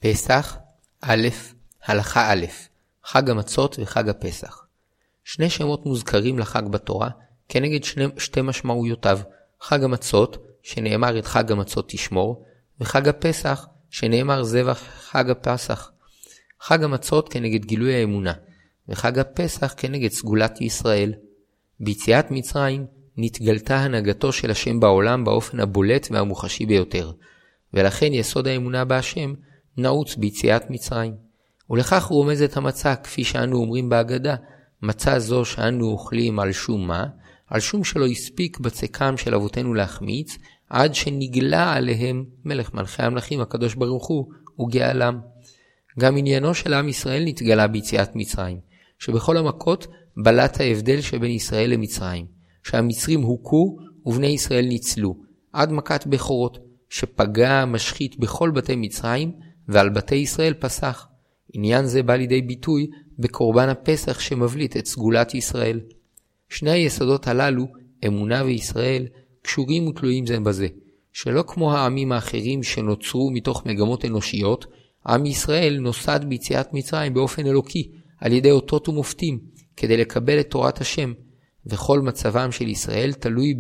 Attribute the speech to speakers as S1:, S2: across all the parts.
S1: פסח, א', הלכה א', חג המצות וחג הפסח. שני שמות מוזכרים לחג בתורה, כנגד שתי משמעויותיו, חג המצות, שנאמר את חג המצות תשמור, וחג הפסח, שנאמר זבח חג הפסח. חג המצות כנגד גילוי האמונה, וחג הפסח כנגד סגולת ישראל. ביציאת מצרים נתגלתה הנהגתו של השם בעולם באופן הבולט והמוחשי ביותר, ולכן יסוד האמונה בהשם נעוץ ביציאת מצרים. ולכך רומזת המצה, כפי שאנו אומרים בהגדה, מצה זו שאנו אוכלים על שום מה? על שום שלא הספיק בצקם של אבותינו להחמיץ, עד שנגלה עליהם מלך מלכי המלכים הקדוש ברוך הוא וגאלם. גם עניינו של עם ישראל נתגלה ביציאת מצרים, שבכל המכות בלט ההבדל שבין ישראל למצרים, שהמצרים הוכו ובני ישראל ניצלו, עד מכת בכורות, שפגע משחית בכל בתי מצרים, ועל בתי ישראל פסח. עניין זה בא לידי ביטוי בקורבן הפסח שמבליט את סגולת ישראל. שני היסודות הללו, אמונה וישראל, קשורים ותלויים זה בזה, שלא כמו העמים האחרים שנוצרו מתוך מגמות אנושיות, עם ישראל נוסד ביציאת מצרים באופן אלוקי, על ידי אותות ומופתים, כדי לקבל את תורת השם, וכל מצבם של ישראל תלוי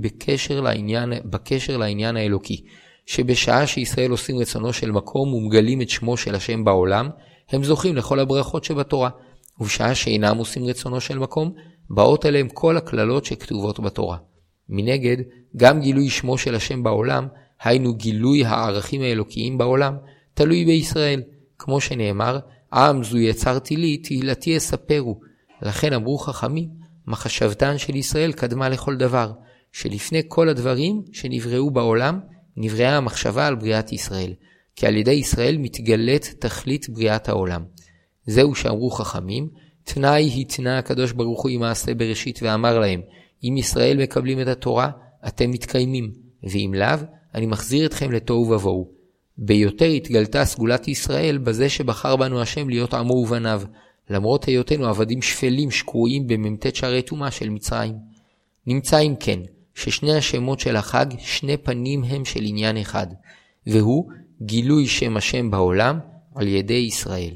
S1: בקשר לעניין האלוקי, שבשעה שישראל עושים רצונו של מקום ומגלים את שמו של השם בעולם, הם זוכים לכל הברכות שבתורה, ובשעה שאינם עושים רצונו של מקום, באות עליהם כל הכללות שכתובות בתורה. מנגד, גם גילוי שמו של השם בעולם, היינו גילוי הערכים האלוקיים בעולם, תלוי בישראל, כמו שנאמר, עם זו יצרתי לי, תהילתי אספרו. לכן אמרו חכמים, מחשבתן של ישראל קדמה לכל דבר, שלפני כל הדברים שנבראו בעולם, נבראה המחשבה על בריאת ישראל, כי על ידי ישראל מתגלית תכלית בריאת העולם. זהו שאמרו חכמים, תנאי התנה הקדוש ברוך הוא עם מעשה בראשית ואמר להם, אם ישראל מקבלים את התורה, אתם מתקיימים, ואם לאו, אני מחזיר אתכם לתוהו ובוהו. ביותר התגלתה סגולת ישראל בזה שבחר בנו השם להיות עמו ובניו, למרות היותנו עבדים שפלים שקרועים בממתת שערי טומאה של מצרים. נמצא אם כן, ששני השמות של החג שני פנים הם של עניין אחד, והוא גילוי שם השם בעולם על ידי ישראל.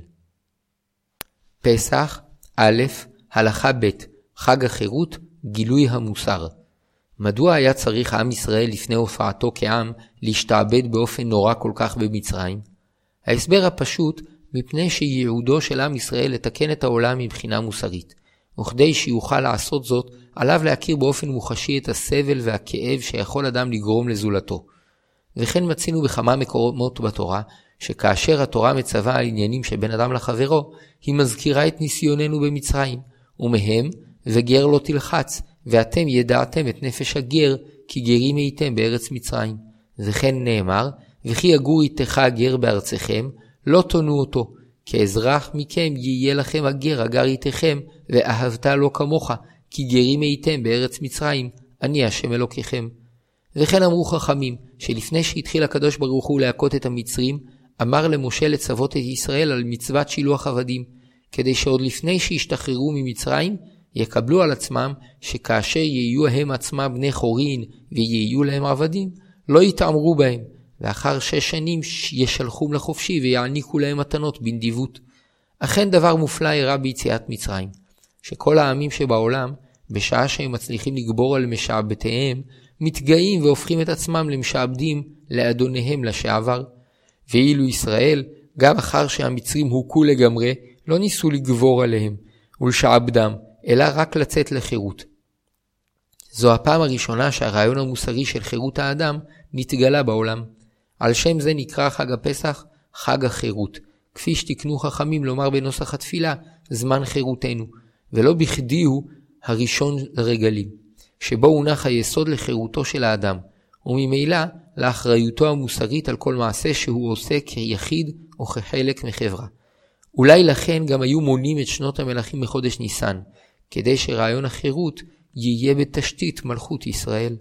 S1: פסח, א', הלכה ב', חג החירות, גילוי המוסר. מדוע היה צריך עם ישראל לפני הופעתו כעם להשתעבד באופן נורא כל כך במצרים? ההסבר הפשוט, מפני שייעודו של עם ישראל לתקן את העולם מבחינה מוסרית, וכדי שיוכל לעשות זאת, עליו להכיר באופן מוחשי את הסבל והכאב שיכול אדם לגרום לזולתו. וכן מצינו בכמה מקומות בתורה, שכאשר התורה מצווה על עניינים שבין אדם לחברו, היא מזכירה את ניסיוננו במצרים, ומהם וגר לא תלחץ, ואתם ידעתם את נפש הגר, כי גרים הייתם בארץ מצרים. וכן נאמר, וכי יגור איתך הגר בארצכם, לא תונו אותו, כאזרח מכם יהיה לכם הגר הגר איתכם, ואהבת לו כמוך, כי גרים הייתם בארץ מצרים, אני השם אלוקיכם. וכן אמרו חכמים, שלפני שהתחיל הקדוש ברוך הוא להכות את המצרים, אמר למשה לצוות את ישראל על מצוות שילוח עבדים, כדי שעוד לפני שהשתחררו ממצרים, יקבלו על עצמם שכאשר יהיו הם עצמם בני חורין ויהיו להם עבדים, לא יתאמרו בהם, ואחר 6 שנים ישלחום לחופשי ויעניקו להם מתנות בנדיבות. אכן דבר מופלא אירע ביציאת מצרים, שכל העמים שבעולם, בשעה שהם מצליחים לגבור על משעבתיהם, מתגאים והופכים את עצמם למשעבדים לאדוניהם לשעבר. ואילו ישראל, גם אחר שהמצרים הוכו לגמרי, לא ניסו לגבור עליהם ולשעבדם, אלא רק לצאת לחירות. זו הפעם הראשונה שהרעיון המוסרי של חירות האדם נתגלה בעולם. על שם זה נקרא חג הפסח חג החירות, כפי שתקנו חכמים לומר בנוסח התפילה, זמן חירותנו, ולא בכדי הוא הראשון לרגלים, שבו הונח היסוד לחירותו של האדם, וממילא לאחריותו המוסרית על כל מעשה שהוא עושה כיחיד או כחלק מחברה. אולי לכן גם היו מונים את שנות המלכים בחודש ניסן, כדי שרעיון החירות יהיה בתשתית מלכות ישראל.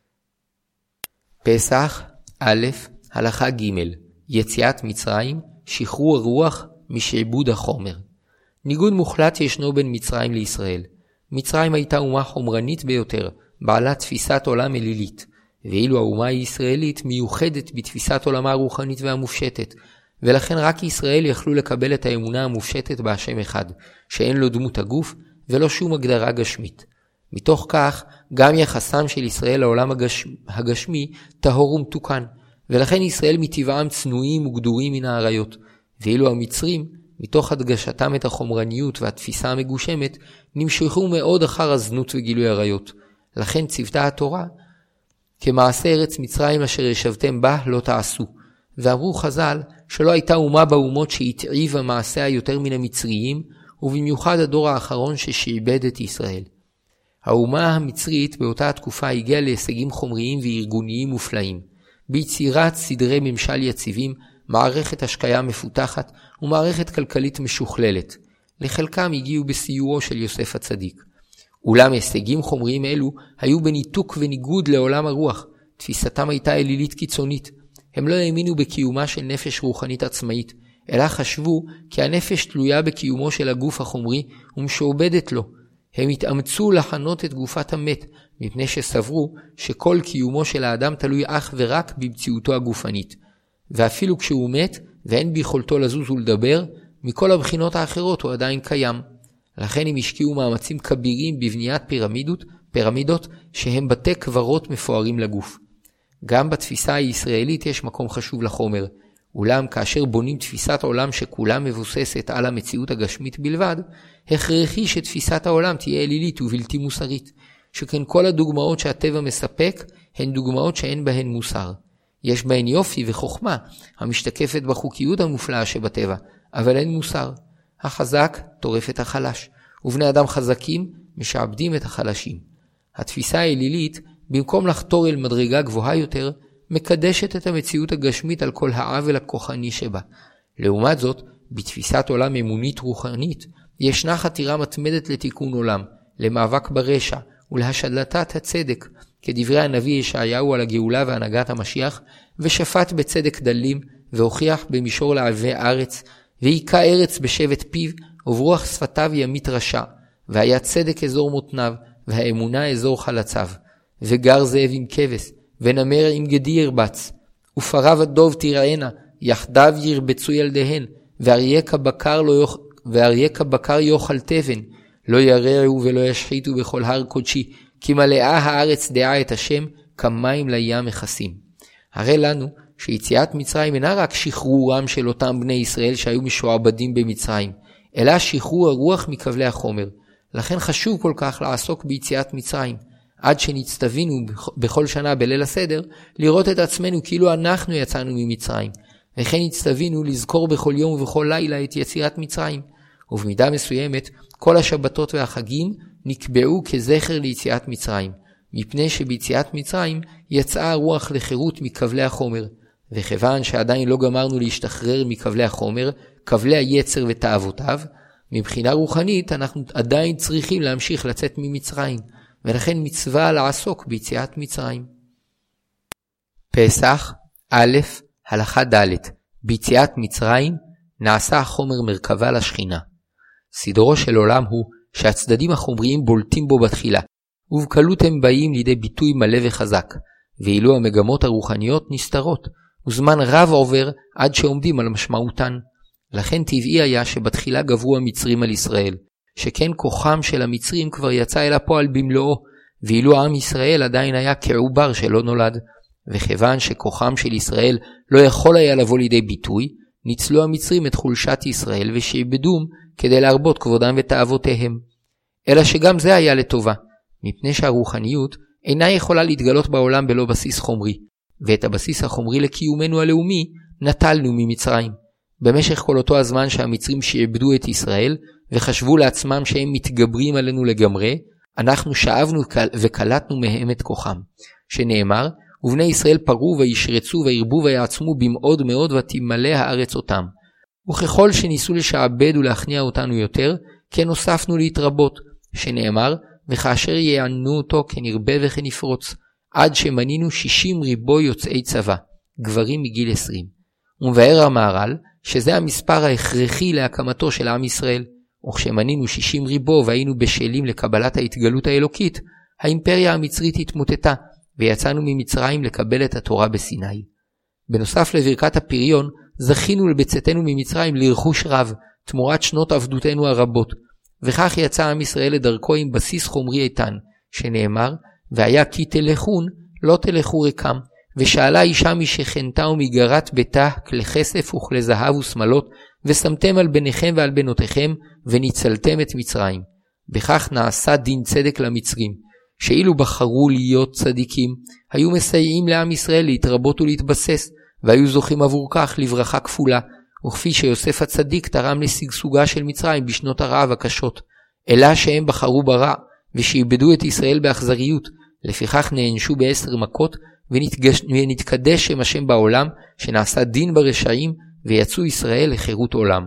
S1: פסח, א', הלכה ג', יציאת מצרים, שחרור הרוח משעבוד החומר. ניגוד מוחלט ישנו בין מצרים לישראל. מצרים הייתה אומה חומרנית ביותר, בעלת תפיסת עולם אלילית, ואילו האומה הישראלית מיוחדת בתפיסת עולמה הרוחנית והמופשטת, ולכן רק ישראל יכלו לקבל את האמונה המופשטת בהשם אחד, שאין לו דמות הגוף ולא שום הגדרה גשמית. מתוך כך, גם יחסם של ישראל לעולם הגשמי טהור ומתוקן, ולכן ישראל מטבעם צנועים וגדורים מן האריות, ואילו המצרים, מתוך הדגשתם את החומרניות והתפיסה המגושמת, נמשכו מאוד אחר הזנות וגילוי עריות. לכן צוותה התורה, כמעשה ארץ מצרים אשר ישבתם בה לא תעשו. ואמרו חז"ל שלא הייתה אומה באומות שהתעיבה מעשיה יותר מן המצריים, ובמיוחד הדור האחרון ששעבד את ישראל. האומה המצרית באותה התקופה הגיעה להישגים חומריים וארגוניים מופלאים, ביצירת סדרי ממשל יציבים, מערכת השקיה מפותחת ומערכת כלכלית משוכללת. לחלקם הגיעו בסיועו של יוסף הצדיק. אולם הישגים חומריים אלו היו בניתוק וניגוד לעולם הרוח. תפיסתם הייתה אלילית קיצונית. הם לא האמינו בקיומה של נפש רוחנית עצמאית, אלא חשבו כי הנפש תלויה בקיומו של הגוף החומרי ומשועבדת לו. הם התאמצו לחנות את גופת המת, מפני שסברו שכל קיומו של האדם תלוי אך ורק במציאותו הגופנית. ואפילו כשהוא מת ואין ביכולתו לזוז ולדבר, מכל הבחינות האחרות הוא עדיין קיים. לכן הם השקיעו מאמצים כבירים בבניית פירמידות שהם בתי קברות מפוארים לגוף. גם בתפיסה הישראלית יש מקום חשוב לחומר. אולם כאשר בונים תפיסת עולם שכולה מבוססת על המציאות הגשמית בלבד, הכרחי שתפיסת העולם תהיה אלילית ובלתי מוסרית, שכן כל הדוגמאות שהטבע מספק הן דוגמאות שאין בהן מוסר. יש בהן יופי וחוכמה המשתקפת בחוקיות המופלאה שבטבע, אבל אין מוסר. החזק טורף את החלש, ובני אדם חזקים משעבדים את החלשים. התפיסה האלילית, במקום לחתור אל מדרגה גבוהה יותר, מקדשת את המציאות הגשמית על כל העוול הכוחני שבה. לעומת זאת, בתפיסת עולם אמונית רוחנית, ישנה חתירה מתמדת לתיקון עולם, למאבק ברשע ולהשלטת הצדק, כדברי הנביא ישעיהו על הגאולה והנהגת המשיח, ושפט בצדק דלים, והוכיח במישור לעבי ארץ, והיכה ארץ בשבט פיו, וברוח שפתיו ימית רשע, והיה צדק אזור מותניו, והאמונה אזור חלציו, וגר זאב עם כבש, ונמר עם גדי ירבץ, ופרה ודוב תרענה, יחדיו ירבצו ילדיהן, ואריה כבקר יאכל תבן, לא ירעו ולא ישחיתו בכל הר קודשי, כי מלאה הארץ דעה את השם, כמים לים מכסים. הרי לנו שיציאת מצרים אינה רק שחרורם של אותם בני ישראל שהיו משועבדים במצרים, אלא שחרור הרוח מכבלי החומר. לכן חשוב כל כך לעסוק ביציאת מצרים, עד שנצטווינו בכל שנה בליל הסדר, לראות את עצמנו כאילו אנחנו יצאנו ממצרים, וכן נצטווינו לזכור בכל יום ובכל לילה את יציאת מצרים. ובמידה מסוימת, כל השבתות והחגים נקבעו כזכר ליציאת מצרים, מפני שביציאת מצרים יצאה הרוח לחירות מכבלי החומר, וכיוון שעדיין לא גמרנו להשתחרר מכבלי החומר, כבלי היצר ותאוותיו, מבחינה רוחנית אנחנו עדיין צריכים להמשיך לצאת ממצרים, ולכן מצווה לעסוק ביציאת מצרים. פסח, א', הלכה ד', ביציאת מצרים נעשה החומר מרכבה לשכינה. סדרו של עולם הוא שהצדדים החומריים בולטים בו בתחילה, ובקלות הם באים לידי ביטוי מלא וחזק, ואילו המגמות הרוחניות נסתרות, וזמן רב עובר עד שעומדים על משמעותן. לכן טבעי היה שבתחילה גברו המצרים על ישראל, שכן כוחם של המצרים כבר יצא אל הפועל במלואו, ואילו עם ישראל עדיין היה כעובר שלא נולד. וכיוון שכוחם של ישראל לא יכול היה לבוא לידי ביטוי, ניצלו המצרים את חולשת ישראל ושעבדום כדי להרבות כבודם ותאוותיהם. אלא שגם זה היה לטובה, מפני שהרוחניות אינה יכולה להתגלות בעולם בלא בסיס חומרי, ואת הבסיס החומרי לקיומנו הלאומי נטלנו ממצרים. במשך כל אותו הזמן שהמצרים שעבדו את ישראל וחשבו לעצמם שהם מתגברים עלינו לגמרי, אנחנו שאבנו וקלטנו מהם את כוחם, שנאמר, ובני ישראל פרו וישרצו וירבו ויעצמו במאוד מאוד ותמלא הארץ אותם. וככל שניסו לשעבד ולהכניע אותנו יותר, כן הוספנו להתרבות, שנאמר, וכאשר יענו אותו כנרבה וכנפרוץ, עד שמנינו 60 ריבו יוצאי צבא, גברים מגיל 20. ומבאר המהר"ל, שזה המספר ההכרחי להקמתו של עם ישראל, וכשמנינו 60 ריבו והיינו בשלים לקבלת ההתגלות האלוקית, האימפריה המצרית התמוטטה, ויצאנו ממצרים לקבל את התורה בסיני. בנוסף לברכת הפריון, זכינו לבצאתנו ממצרים לרכוש רב, תמורת שנות עבדותנו הרבות. וכך יצא עם ישראל לדרכו עם בסיס חומרי איתן, שנאמר, והיה כי תלכון, לא תלכו ריקם. ושאלה אישה משכנתה ומגרת ביתה כלי כסף וכלי זהב ושמלות, ושמתם על בניכם ועל בנותיכם, וניצלתם את מצרים. בכך נעשה דין צדק למצרים, שאילו בחרו להיות צדיקים, היו מסייעים לעם ישראל להתרבות ולהתבסס, והיו זוכים עבור כך לברכה כפולה, וכפי שיוסף הצדיק תרם לשגשוגה של מצרים בשנות הרעב הקשות, אלא שהם בחרו ברע, ושאיבדו את ישראל באכזריות, לפיכך נענשו ב10 מכות, ונתקדש שם השם בעולם, שנעשה דין ברשעים, ויצאו ישראל לחירות עולם.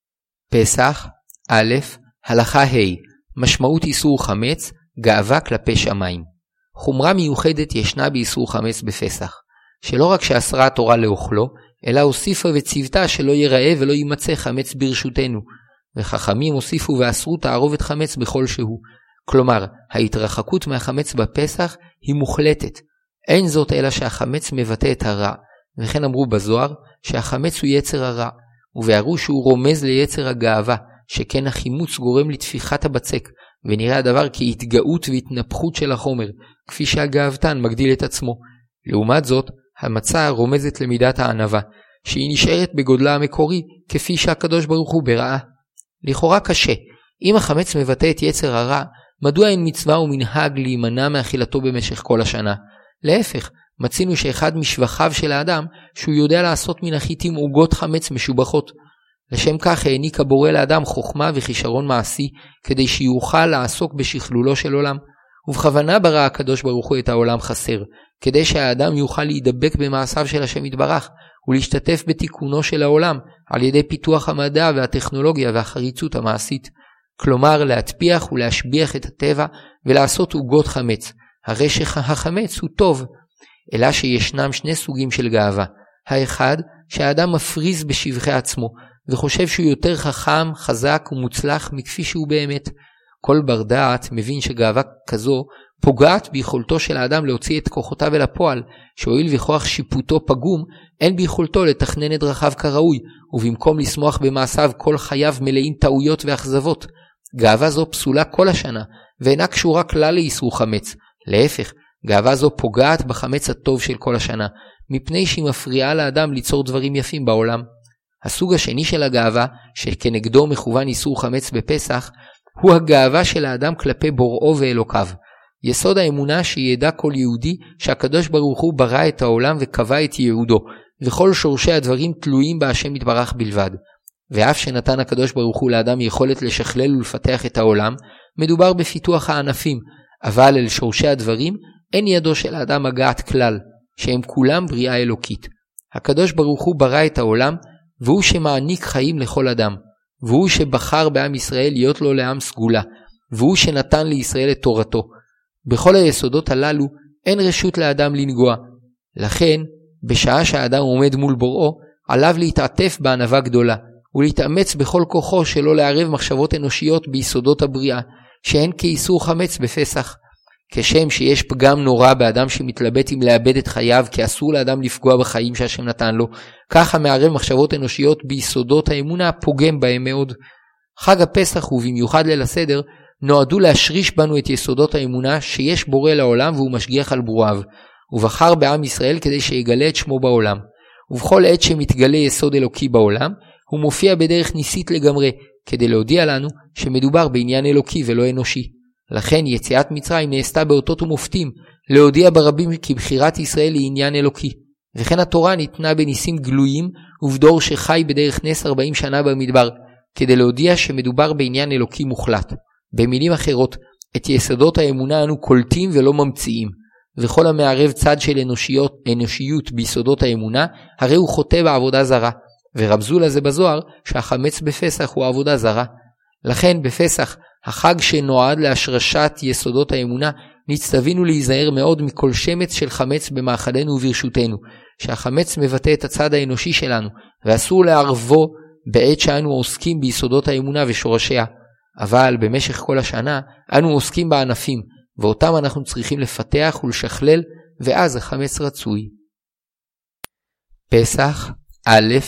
S1: פסח, א', הלכה ה', משמעות איסור חמץ, גאווה כלפי שמיים. חומרה מיוחדת ישנה באיסור חמץ בפסח, שלא רק שאסרה התורה לאוכלו, אלא הוסיפה וצוותה שלא ייראה ולא יימצא חמץ ברשותנו, וחכמים הוסיפו ואסרו תערובת חמץ בכל שהוא. כלומר, ההתרחקות מהחמץ בפסח היא מוחלטת. אין זאת אלא שהחמץ מבטא את הרע, וכן אמרו בזוהר שהחמץ הוא יצר הרע, ובהראו שהוא רומז ליצר הגאווה, שכן החימוץ גורם לתפיחת הבצק, ונראה הדבר כהתגאות והתנפחות של החומר, כפי שהגאוותן מגדיל את עצמו. לעומת זאת, המצה רומזת למידת הענווה, שהיא נשארת בגודלה המקורי, כפי שהקדוש ברוך הוא בראה. לכאורה קשה, אם החמץ מבטא את יצר הרע, מדוע אין מצווה ומנהג להימנע מאכילתו במשך כל השנה? להפך, מצינו שאחד משבחיו של האדם, שהוא יודע לעשות מן החיטים עוגות חמץ משובחות. לשם כך העניק הבורא לאדם חוכמה וכישרון מעשי, כדי שיוכל לעסוק בשכלולו של עולם. ובכוונה ברא הקדוש ברוך הוא את העולם חסר, כדי שהאדם יוכל להידבק במעשיו של השם יתברך, ולהשתתף בתיקונו של העולם, על ידי פיתוח המדע והטכנולוגיה והחריצות המעשית. כלומר, להטפיח ולהשביח את הטבע, ולעשות עוגות חמץ. הרי שהחמץ הוא טוב, אלא שישנם שני סוגים של גאווה. האחד, שהאדם מפריז בשבחי עצמו, וחושב שהוא יותר חכם, חזק ומוצלח מכפי שהוא באמת. כל בר דעת מבין שגאווה כזו פוגעת ביכולתו של האדם להוציא את כוחותיו אל הפועל, שהואיל וכוח שיפוטו פגום, אין ביכולתו לתכנן את דרכיו כראוי, ובמקום לשמוח במעשיו כל חייו מלאים טעויות ואכזבות. גאווה זו פסולה כל השנה, ואינה קשורה כלל לאיסור חמץ. להפך, גאווה זו פוגעת בחמץ הטוב של כל השנה, מפני שהיא מפריעה לאדם ליצור דברים יפים בעולם. הסוג השני של הגאווה, שכנגדו מכוון איסור חמץ בפסח, הוא הגאווה של האדם כלפי בוראו ואלוקיו. יסוד האמונה שידע כל יהודי שהקדוש ברוך הוא ברא את העולם וקבע את ייעודו, וכל שורשי הדברים תלויים בהשם יתברך בלבד. ואף שנתן הקדוש ברוך הוא לאדם יכולת לשכלל ולפתח את העולם, מדובר בפיתוח הענפים, אבל אל שורשי הדברים אין ידו של האדם מגעת כלל, שהם כולם בריאה אלוקית. הקדוש ברוך הוא ברא את העולם, והוא שמעניק חיים לכל אדם, והוא שבחר בעם ישראל להיות לו לעם סגולה, והוא שנתן לישראל את תורתו. בכל היסודות הללו אין רשות לאדם לנגוע. לכן, בשעה שהאדם עומד מול בוראו, עליו להתעטף בענווה גדולה, ולהתאמץ בכל כוחו שלא לערב מחשבות אנושיות ביסודות הבריאה, שהן כאיסור חמץ בפסח. כשם שיש פגם נורא באדם שמתלבט אם לאבד את חייו, כי אסור לאדם לפגוע בחיים שהשם נתן לו, ככה מערב מחשבות אנושיות ביסודות האמונה פוגם בהם מאוד. חג הפסח ובמיוחד ליל הסדר נועדו להשריש בנו את יסודות האמונה שיש בורא לעולם והוא משגיח על ברואיו, ובחר בעם ישראל כדי שיגלה את שמו בעולם. ובכל עת שמתגלה יסוד אלוקי בעולם, הוא מופיע בדרך ניסית לגמרי, כדי להודיע לנו שמדובר בעניין אלוקי ולא אנושי. לכן יציאת מצרים נעשתה באותות ומופתים, להודיע ברבים כי בחירת ישראל היא עניין אלוקי. וכן התורה ניתנה בניסים גלויים, ובדור שחי בדרך נס 40 שנה במדבר, כדי להודיע שמדובר בעניין אלוקי מוחלט. במילים אחרות, את יסודות האמונה אנו קולטים ולא ממציאים, וכל המערב צד של אנושיות ביסודות האמונה, הרי הוא חוטא בעבודה זרה, ורמזו לזה בזוהר שהחמץ בפסח הוא עבודה זרה. לכן בפסח, החג שנועד להשרשת יסודות האמונה, נצטווינו להיזהר מאוד מכל שמץ של חמץ במאכלנו וברשותנו, שהחמץ מבטא את הצד האנושי שלנו, ואסור לערבו בעת שאנו עוסקים ביסודות האמונה ושורשיה. אבל במשך כל השנה אנו עוסקים בענפים, ואותם אנחנו צריכים לפתח ולשכלל, ואז החמץ רצוי. פסח, א',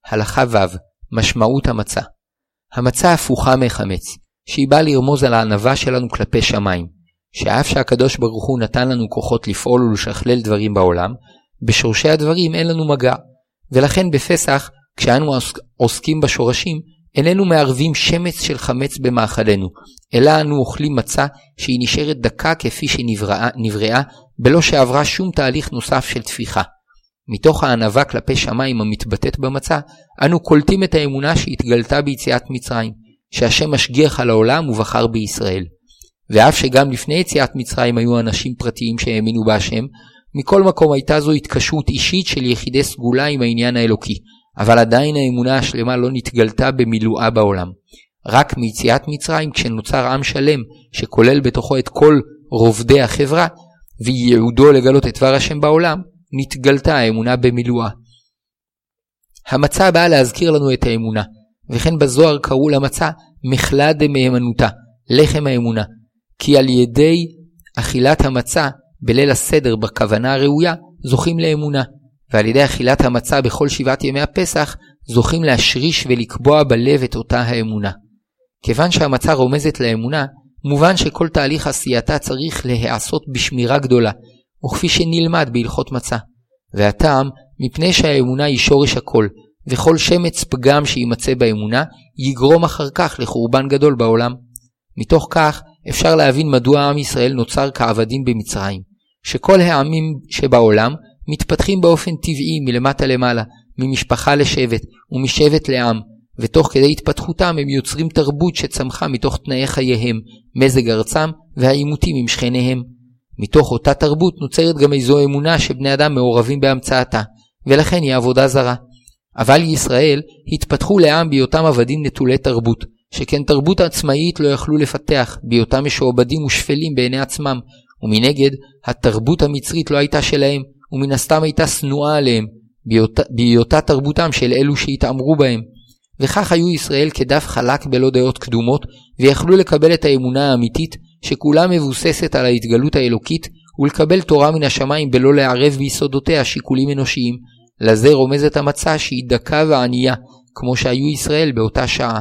S1: הלכה ו' משמעות המצה. המצה הפוכה מחמץ, שהיא באה לרמוז על הענווה שלנו כלפי שמיים, שאף שהקדוש ברוך הוא נתן לנו כוחות לפעול ולשכלל דברים בעולם, בשורשי הדברים אין לנו מגע, ולכן בפסח, כשאנו עוסקים בשורשים, איננו מערבים שמץ של חמץ במאכלנו, אלא אנו אוכלים מצה שהיא נשארת דקה כפי שנבראה, בלא שעברה שום תהליך נוסף של תפיחה. מתוך הענווה כלפי שמיים המתבטאת במצה, אנו קולטים את האמונה שהתגלתה ביציאת מצרים, שהשם משגיח על העולם ובחר בישראל. ואף שגם לפני יציאת מצרים היו אנשים פרטיים שהאמינו בהשם, מכל מקום הייתה זו התקשרות אישית של יחידי סגולה עם העניין האלוקי, אבל עדיין האמונה השלמה לא נתגלתה במילואה בעולם. רק מיציאת מצרים, כשנוצר עם שלם שכולל בתוכו את כל רובדי החברה, וייעודו לגלות את דבר השם בעולם, נתגלתה האמונה במילואה. המצה באה להזכיר לנו את האמונה, וכן בזוהר קראו למצה מחלה דמהימנותה, לחם האמונה, כי על ידי אכילת המצה בליל הסדר בכוונה הראויה זוכים לאמונה, ועל ידי אכילת המצה בכל 7 ימי הפסח זוכים להשריש ולקבוע בלב את אותה האמונה. כיוון שהמצה רומזת לאמונה, מובן שכל תהליך עשייתה צריך להיעשות בשמירה גדולה, וכפי שנלמד בהלכות מצה. והטעם, מפני שהאמונה היא שורש הכל, וכל שמץ פגם שימצא באמונה, יגרום אחר כך לחורבן גדול בעולם. מתוך כך, אפשר להבין מדוע עם ישראל נוצר כעבדים במצרים, שכל העמים שבעולם מתפתחים באופן טבעי מלמטה למעלה, ממשפחה לשבט ומשבט לעם, ותוך כדי התפתחותם הם יוצרים תרבות שצמחה מתוך תנאי חייהם, מזג ארצם והעימותים עם שכניהם. מתוך אותה תרבות נוצרת גם איזו אמונה שבני אדם מעורבים בהמצאתה, ולכן היא עבודה זרה. אבל ישראל התפתחו לעם בהיותם עבדים נטולי תרבות, שכן תרבות עצמאית לא יכלו לפתח, בהיותם משועבדים ושפלים בעיני עצמם, ומנגד התרבות המצרית לא הייתה שלהם, ומן הסתם הייתה שנואה עליהם, בהיותה תרבותם של אלו שהתאמרו בהם. וכך היו ישראל כדף חלק בלא דעות קדומות, ויכלו לקבל את האמונה האמיתית, שכולה מבוססת על ההתגלות האלוקית, ולקבל תורה מן השמיים בלא לערב ביסודותיה שיקולים אנושיים. לזה רומזת המצה שהיא דקה וענייה, כמו שהיו ישראל באותה שעה.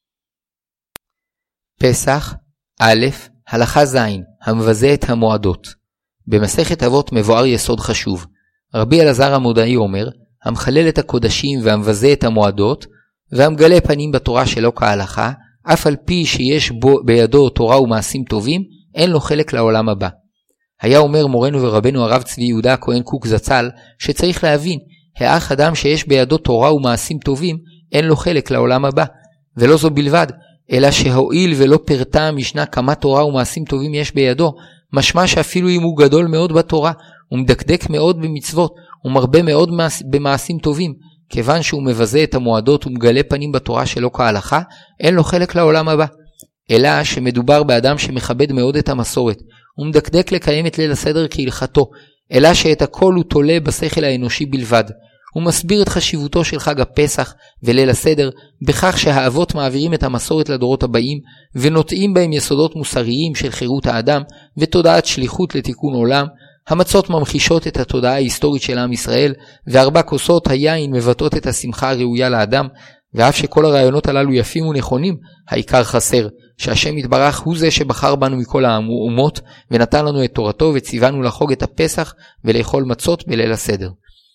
S1: פסח א' הלכה ז' המבזה את המועדות. במסכת אבות מבואר יסוד חשוב. רבי אלעזר המודעי אומר, המחלל את הקודשים והמבזה את המועדות, והמגלה פנים בתורה שלא כהלכה, אף על פי שיש בידו תורה ומעשים טובים, אין לו חלק לעולם הבא. היה אומר מורנו ורבנו הרב צבי יהודה הכהן קוק זצ"ל, שצריך להבין, האח אדם שיש בידו תורה ומעשים טובים, אין לו חלק לעולם הבא. ולא זו בלבד, אלא שהועיל ולא פרטה המשנה כמה תורה ומעשים טובים יש בידו, משמע שאפילו אם הוא גדול מאוד בתורה, הוא מדקדק מאוד במצוות, ומרבה מאוד במעשים טובים, כיוון שהוא מבזה את המועדות ומגלה פנים בתורה שלא כהלכה, אין לו חלק לעולם הבא. אלא שמדובר באדם שמכבד מאוד את המסורת, הוא מדקדק לקיים את ליל הסדר כהלכתו, אלא שאת הכל הוא תולה בשכל האנושי בלבד. הוא מסביר את חשיבותו של חג הפסח וליל הסדר בכך שהאבות מעבירים את המסורת לדורות הבאים ונוטעים בהם יסודות מוסריים של חירות האדם ותודעת שליחות לתיקון עולם. המצות ממחישות את התודעה ההיסטורית של עם ישראל, ו4 כוסות היין מבטאות את השמחה הראויה לאדם, ואף שכל הרעיונות הללו יפים ונכונים, העיקר חסר, שהשם יתברך הוא זה שבחר בנו מכל האומות, ונתן לנו את תורתו וציוונו לחוג את הפסח ולאכול מצות בליל הסדר.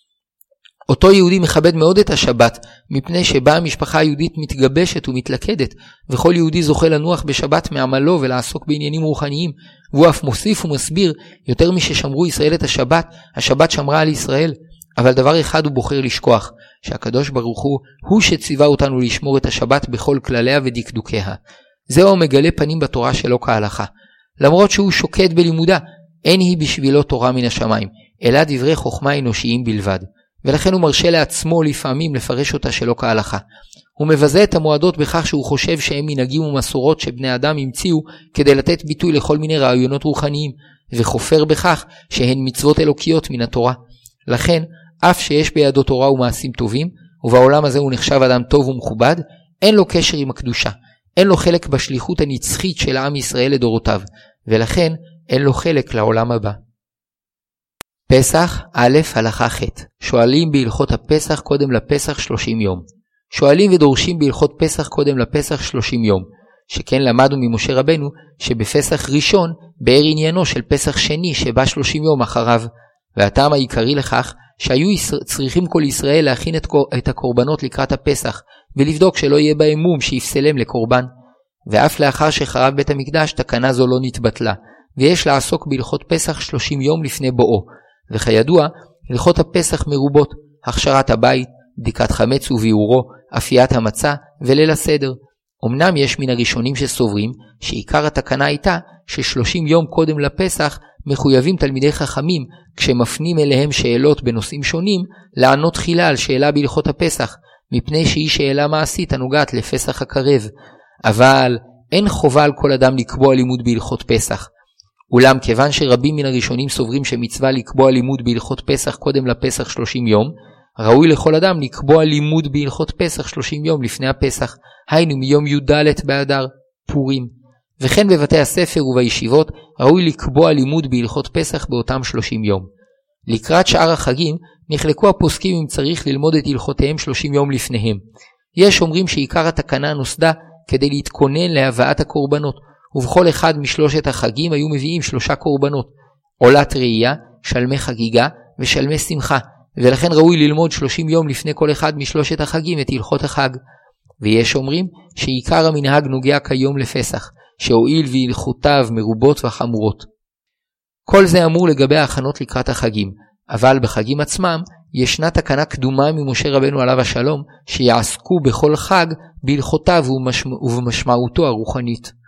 S1: אותו יהודי מכבד מאוד את השבת, מפני שבה המשפחה היהודית מתגבשת ומתלכדת, וכל יהודי זוכה לנוח בשבת מעמלו ולעסוק בעניינים רוחניים, והוא אף מוסיף ומסביר, יותר מששמרו ישראל את השבת, השבת שמרה על ישראל. אבל דבר אחד הוא בוחר לשכוח, שהקדוש ברוך הוא שציווה אותנו לשמור את השבת בכל כלליה ודקדוקיה. זהו מגלה פנים בתורה שלא כהלכה. למרות שהוא שוקד בלימודה, אין היא בשבילו תורה מן השמיים, אלא דברי חוכמה אנושיים בלבד. ולכן הוא מרשה לעצמו לפעמים לפרש אותה שלא כהלכה. הוא מבזה את המועדות בכך שהוא חושב שהם מנהגים ומסורות שבני אדם המציאו כדי לתת ביטוי לכל מיני רעיונות רוחניים, וחופר בכך שהן מצוות אלוקיות מן התורה. לכן, אף שיש בידו תורה ומעשים טובים, ובעולם הזה הוא נחשב אדם טוב ומכובד, אין לו קשר עם הקדושה, אין לו חלק בשליחות הנצחית של עם ישראל לדורותיו, ולכן אין לו חלק לעולם הבא. פסח א' הלכה ח' שואלים בהלכות הפסח קודם לפסח 30 יום. שואלים ודורשים בהלכות פסח קודם לפסח 30 יום, שכן למדנו ממשה רבנו שבפסח ראשון באר עניינו של פסח שני שבא 30 יום אחריו, והטעם העיקרי לכך שהיו צריכים כל ישראל להכין את הקורבנות לקראת הפסח, ולבדוק שלא יהיה בהם מום שיפסלם לקורבן. ואף לאחר שחרב בית המקדש תקנה זו לא נתבטלה, ויש לעסוק בהלכות פסח 30 יום לפני בואו. וכידוע, הלכות הפסח מרובות: הכשרת הבית, בדיקת חמץ וביאורו, אפיית המצה וליל הסדר. אמנם יש מן הראשונים שסוברים שעיקר התקנה הייתה ש30 יום קודם לפסח מחויבים תלמידי חכמים, כשמפנים אליהם שאלות בנושאים שונים, לענות תחילה על שאלה בהלכות הפסח, מפני שהיא שאלה מעשית הנוגעת לפסח הקרב. אבל אין חובה על כל אדם לקבוע לימוד בהלכות פסח. אולם כיוון שרבים מן הראשונים סוברים שמצווה לקבוע לימוד בהלכות פסח קודם לפסח 30 יום, ראוי לכל אדם לקבוע לימוד בהלכות פסח 30 יום לפני הפסח, היינו מיום י"ד באדר, פורים. וכן בבתי הספר ובישיבות ראוי לקבוע לימוד בהלכות פסח באותם 30 יום. לקראת שאר החגים נחלקו הפוסקים אם צריך ללמוד את הלכותיהם 30 יום לפניהם. יש אומרים שעיקר התקנה נוסדה כדי להתכונן להבאת הקורבנות, ובכל אחד משלושת החגים היו מביאים 3 קורבנות, עולת ראייה, שלמי חגיגה ושלמי שמחה, ולכן ראוי ללמוד 30 יום לפני כל אחד משלושת החגים את הלכות החג. ויש אומרים שעיקר המנהג נוגע כיום לפסח, שהועיל והלכותיו מרובות וחמורות. כל זה אמור לגבי ההכנות לקראת החגים, אבל בחגים עצמם ישנה תקנה קדומה ממשה רבנו עליו השלום, שיעסקו בכל חג בהלכותיו ובמשמעותו הרוחנית.